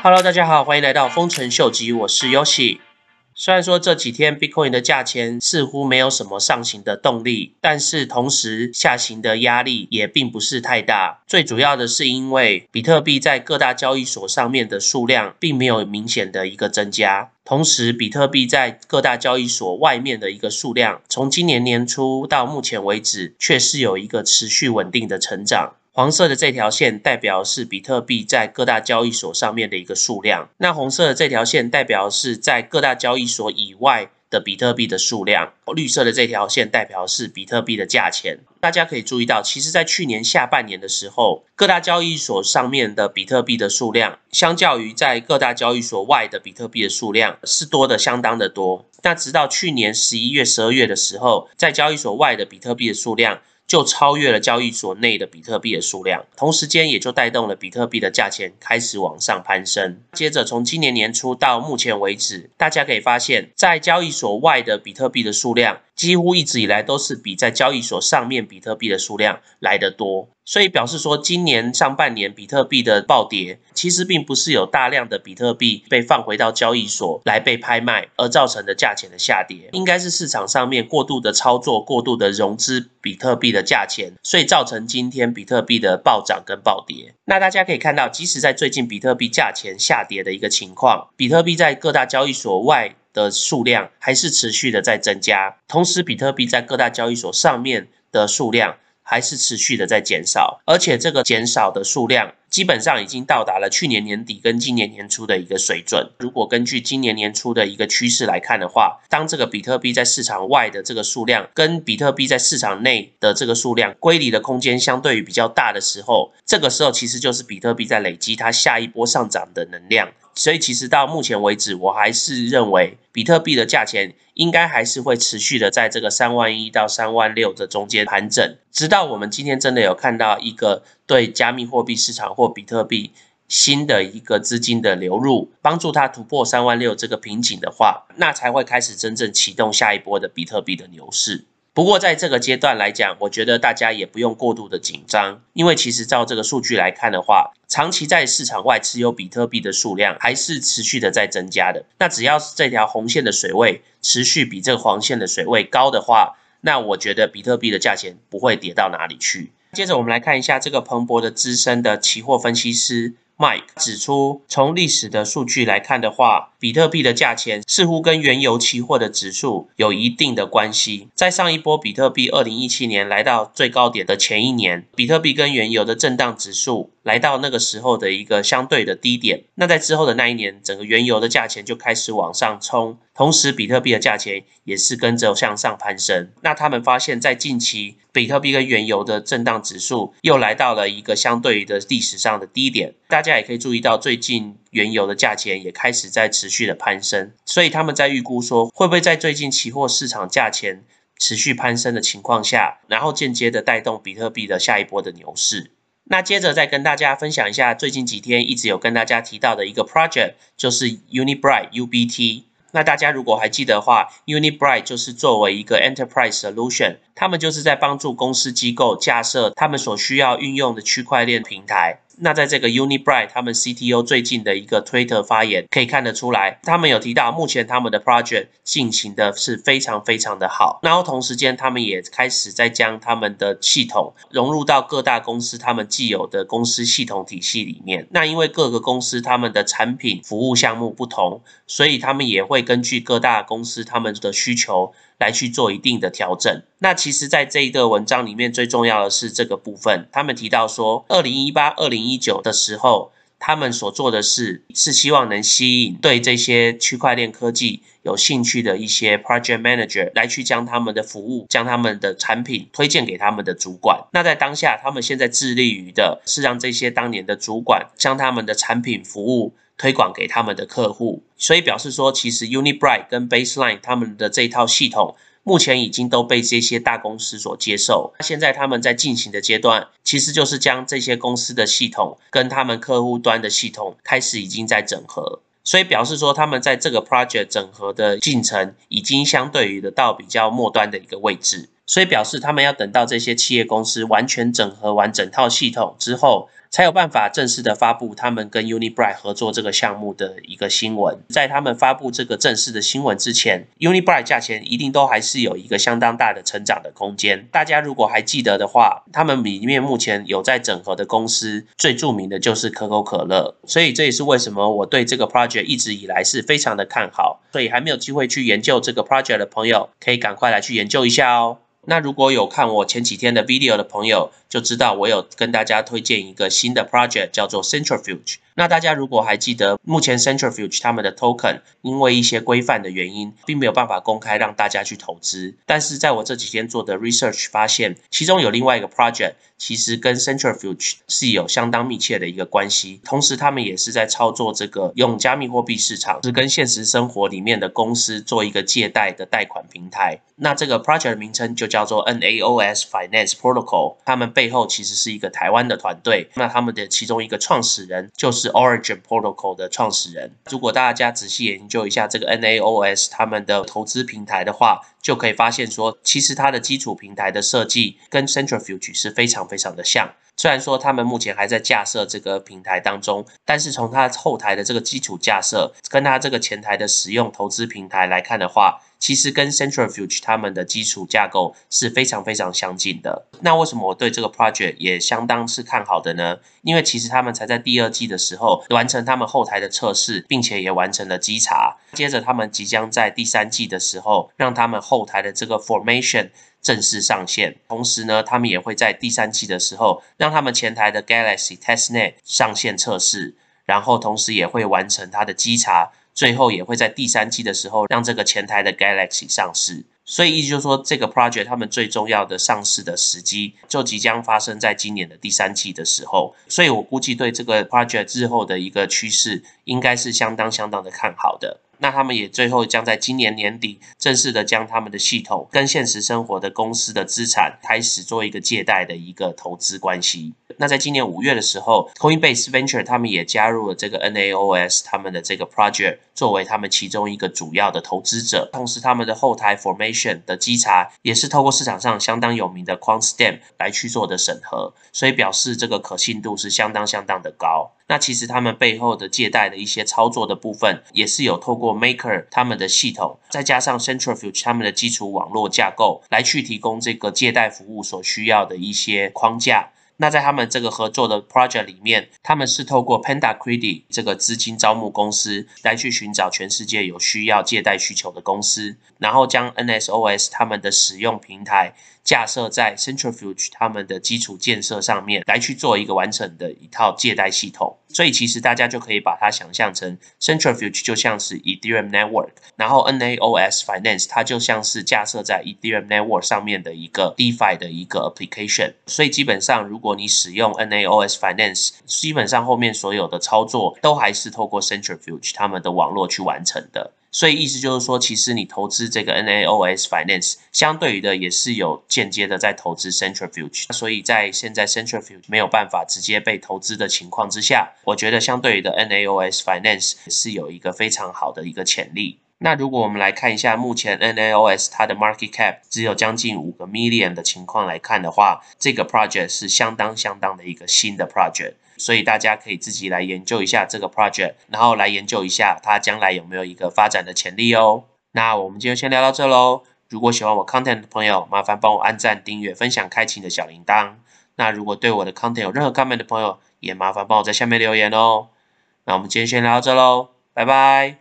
Hello， 大家好，欢迎来到丰臣秀吉，我是 Yoshi。虽然说这几天 Bitcoin 的价钱似乎没有什么上行的动力，但是同时下行的压力也并不是太大。最主要的是因为比特币在各大交易所上面的数量并没有明显的一个增加，同时比特币在各大交易所外面的一个数量，从今年年初到目前为止，却是有一个持续稳定的成长。黄色的这条线代表是比特币在各大交易所上面的一个数量，那红色的这条线代表是在各大交易所以外的比特币的数量，绿色的这条线代表是比特币的价钱。大家可以注意到，其实在去年下半年的时候，各大交易所上面的比特币的数量，相较于在各大交易所外的比特币的数量是多的相当的多。那直到去年11月、12月的时候，在交易所外的比特币的数量就超越了交易所内的比特币的数量，同时间也就带动了比特币的价钱开始往上攀升。接着从今年年初到目前为止，大家可以发现，在交易所外的比特币的数量几乎一直以来都是比在交易所上面比特币的数量来得多，所以表示说今年上半年比特币的暴跌，其实并不是有大量的比特币被放回到交易所来被拍卖而造成的价钱的下跌，应该是市场上面过度的操作、过度的融资比特币的价钱，所以造成今天比特币的暴涨跟暴跌。那大家可以看到，即使在最近比特币价钱下跌的一个情况，比特币在各大交易所外的数量还是持续的在增加，同时比特币在各大交易所上面的数量还是持续的在减少，而且这个减少的数量基本上已经到达了去年年底跟今年年初的一个水准。如果根据今年年初的一个趋势来看的话，当这个比特币在市场外的这个数量跟比特币在市场内的这个数量归离的空间相对于比较大的时候，这个时候其实就是比特币在累积它下一波上涨的能量。所以其实到目前为止，我还是认为比特币的价钱应该还是会持续的在这个31000到36000这中间盘整，直到我们今天真的有看到一个对加密货币市场或比特币新的一个资金的流入，帮助它突破36000这个瓶颈的话，那才会开始真正启动下一波的比特币的牛市。不过在这个阶段来讲，我觉得大家也不用过度的紧张，因为其实照这个数据来看的话，长期在市场外持有比特币的数量还是持续的在增加的。那只要是这条红线的水位持续比这个黄线的水位高的话，那我觉得比特币的价钱不会跌到哪里去。接着我们来看一下这个彭博的资深的期货分析师Mike 指出，从历史的数据来看的话，比特币的价钱似乎跟原油期货的指数有一定的关系。在上一波比特币2017年来到最高点的前一年，比特币跟原油的震荡指数来到那个时候的一个相对的低点。那在之后的那一年，整个原油的价钱就开始往上冲，同时比特币的价钱也是跟着向上攀升。那他们发现在近期，比特币跟原油的震荡指数又来到了一个相对的历史上的低点。大家也可以注意到，最近原油的价钱也开始在持续的攀升，所以他们在预估说，会不会在最近期货市场价钱持续攀升的情况下，然后间接的带动比特币的下一波的牛市。那接着再跟大家分享一下最近几天一直有跟大家提到的一个 project， 就是 Unibright UBT。那大家如果还记得的话， Unibright 就是作为一个 Enterprise Solution， 他们就是在帮助公司机构架设他们所需要运用的区块链平台。那在这个 Unibright 他们 CTO 最近的一个推特发言可以看得出来，他们有提到目前他们的 project 进行的是非常非常的好，然后同时间他们也开始在将他们的系统融入到各大公司他们既有的公司系统体系里面。那因为各个公司他们的产品服务项目不同，所以他们也会根据各大公司他们的需求来去做一定的调整。那其实在这一个文章里面最重要的是这个部分，他们提到说2018、2019的时候，他们所做的是希望能吸引对这些区块链科技有兴趣的一些 project manager 来去将他们的服务、将他们的产品推荐给他们的主管。那在当下，他们现在致力于的是让这些当年的主管将他们的产品服务推广给他们的客户，所以表示说，其实 Unibright 跟 Baseline 他们的这一套系统目前已经都被这些大公司所接受。现在他们在进行的阶段，其实就是将这些公司的系统跟他们客户端的系统开始已经在整合，所以表示说他们在这个 project 整合的进程已经相对于的到比较末端的一个位置，所以表示他们要等到这些企业公司完全整合完整套系统之后， 才有办法正式的发布他们跟 Unibright 合作这个项目的一个新闻。在他们发布这个正式的新闻之前 ，Unibright 价钱一定都还是有一个相当大的成长的空间。大家如果还记得的话，他们里面目前有在整合的公司，最著名的就是可口可乐。所以这也是为什么我对这个 project 一直以来是非常的看好。所以还没有机会去研究这个 project 的朋友，可以赶快来去研究一下哦。那如果有看我前几天的 video 的朋友，就知道我有跟大家推荐一个新的 project 叫做 Centrifuge。那大家如果还记得，目前 Centrifuge 他们的 token 因为一些规范的原因，并没有办法公开让大家去投资。但是在我这几天做的 research 发现，其中有另外一个 project 其实跟 Centrifuge 是有相当密切的一个关系，同时他们也是在操作这个用加密货币市场，是跟现实生活里面的公司做一个借贷的贷款平台。那这个 project 的名称就叫做 NAOS Finance Protocol， 他们背后其实是一个台湾的团队，那他们的其中一个创始人就是 Origin Protocol 的创始人。如果大家仔细研究一下这个 NAOS 他们的投资平台的话，就可以发现说，其实它的基础平台的设计跟 Centrifuge 是非常非常的像。虽然说他们目前还在架设这个平台当中，但是从它后台的这个基础架设，跟它这个前台的使用投资平台来看的话，其实跟 Centrifuge 他们的基础架构是非常非常相近的。那为什么我对这个 project 也相当是看好的呢？因为其实他们才在第二季的时候完成他们后台的测试，并且也完成了稽查。接着他们即将在第三季的时候，让他们后台的这个 formation 正式上线，同时呢，他们也会在第三季的时候让他们前台的 Galaxy Testnet 上线测试，然后同时也会完成它的稽查，最后也会在第三季的时候让这个前台的 Galaxy 上市。所以意思就是说，这个 project 他们最重要的上市的时机就即将发生在今年的第三季的时候，所以我估计对这个 project 日后的一个趋势应该是相当的看好的。那他们也最后将在今年年底正式的将他们的系统跟现实生活的公司的资产开始做一个借贷的一个投资关系。那在今年5月的时候 Coinbase Venture 他们也加入了这个 NAOS 他们的这个 project 作为他们其中一个主要的投资者，同时他们的后台 formation 的稽查也是透过市场上相当有名的 QuantStamp 来去做的审核，所以表示这个可信度是相当的高。那其实他们背后的借贷的一些操作的部分，也是有透过 Maker 他们的系统，再加上 Centrifuge 他们的基础网络架构，来去提供这个借贷服务所需要的一些框架。那在他们这个合作的 project 里面，他们是透过 Panda Credit 这个资金招募公司来去寻找全世界有需要借贷需求的公司，然后将 NSOS 他们的使用平台架设在 Centrifuge 他们的基础建设上面，来去做一个完整的一套借贷系统。所以其实大家就可以把它想象成 Centrifuge 就像是 Ethereum Network， 然后 NAOS Finance 它就像是架设在 Ethereum Network 上面的一个 DeFi 的一个 application。 所以基本上如果你使用 NAOS Finance， 基本上后面所有的操作都还是透过 Centrifuge 他们的网络去完成的。所以意思就是说，其实你投资这个 NAOS Finance 相对于的也是有间接的在投资 Centrifuge， 所以在现在 Centrifuge 没有办法直接被投资的情况之下，我觉得相对于的 NAOS Finance 是有一个非常好的一个潜力。那如果我们来看一下目前 NAOS 它的 market cap 只有将近5个 million 的情况来看的话，这个 project 是相当的一个新的 project， 所以大家可以自己来研究一下这个 project， 然后来研究一下它将来有没有一个发展的潜力哦。那我们今天先聊到这咯。如果喜欢我 content 的朋友，麻烦帮我按赞、订阅、分享、开启你的小铃铛。那如果对我的 content 有任何 comment 的朋友，也麻烦帮我在下面留言哦。那我们今天先聊到这咯，拜拜。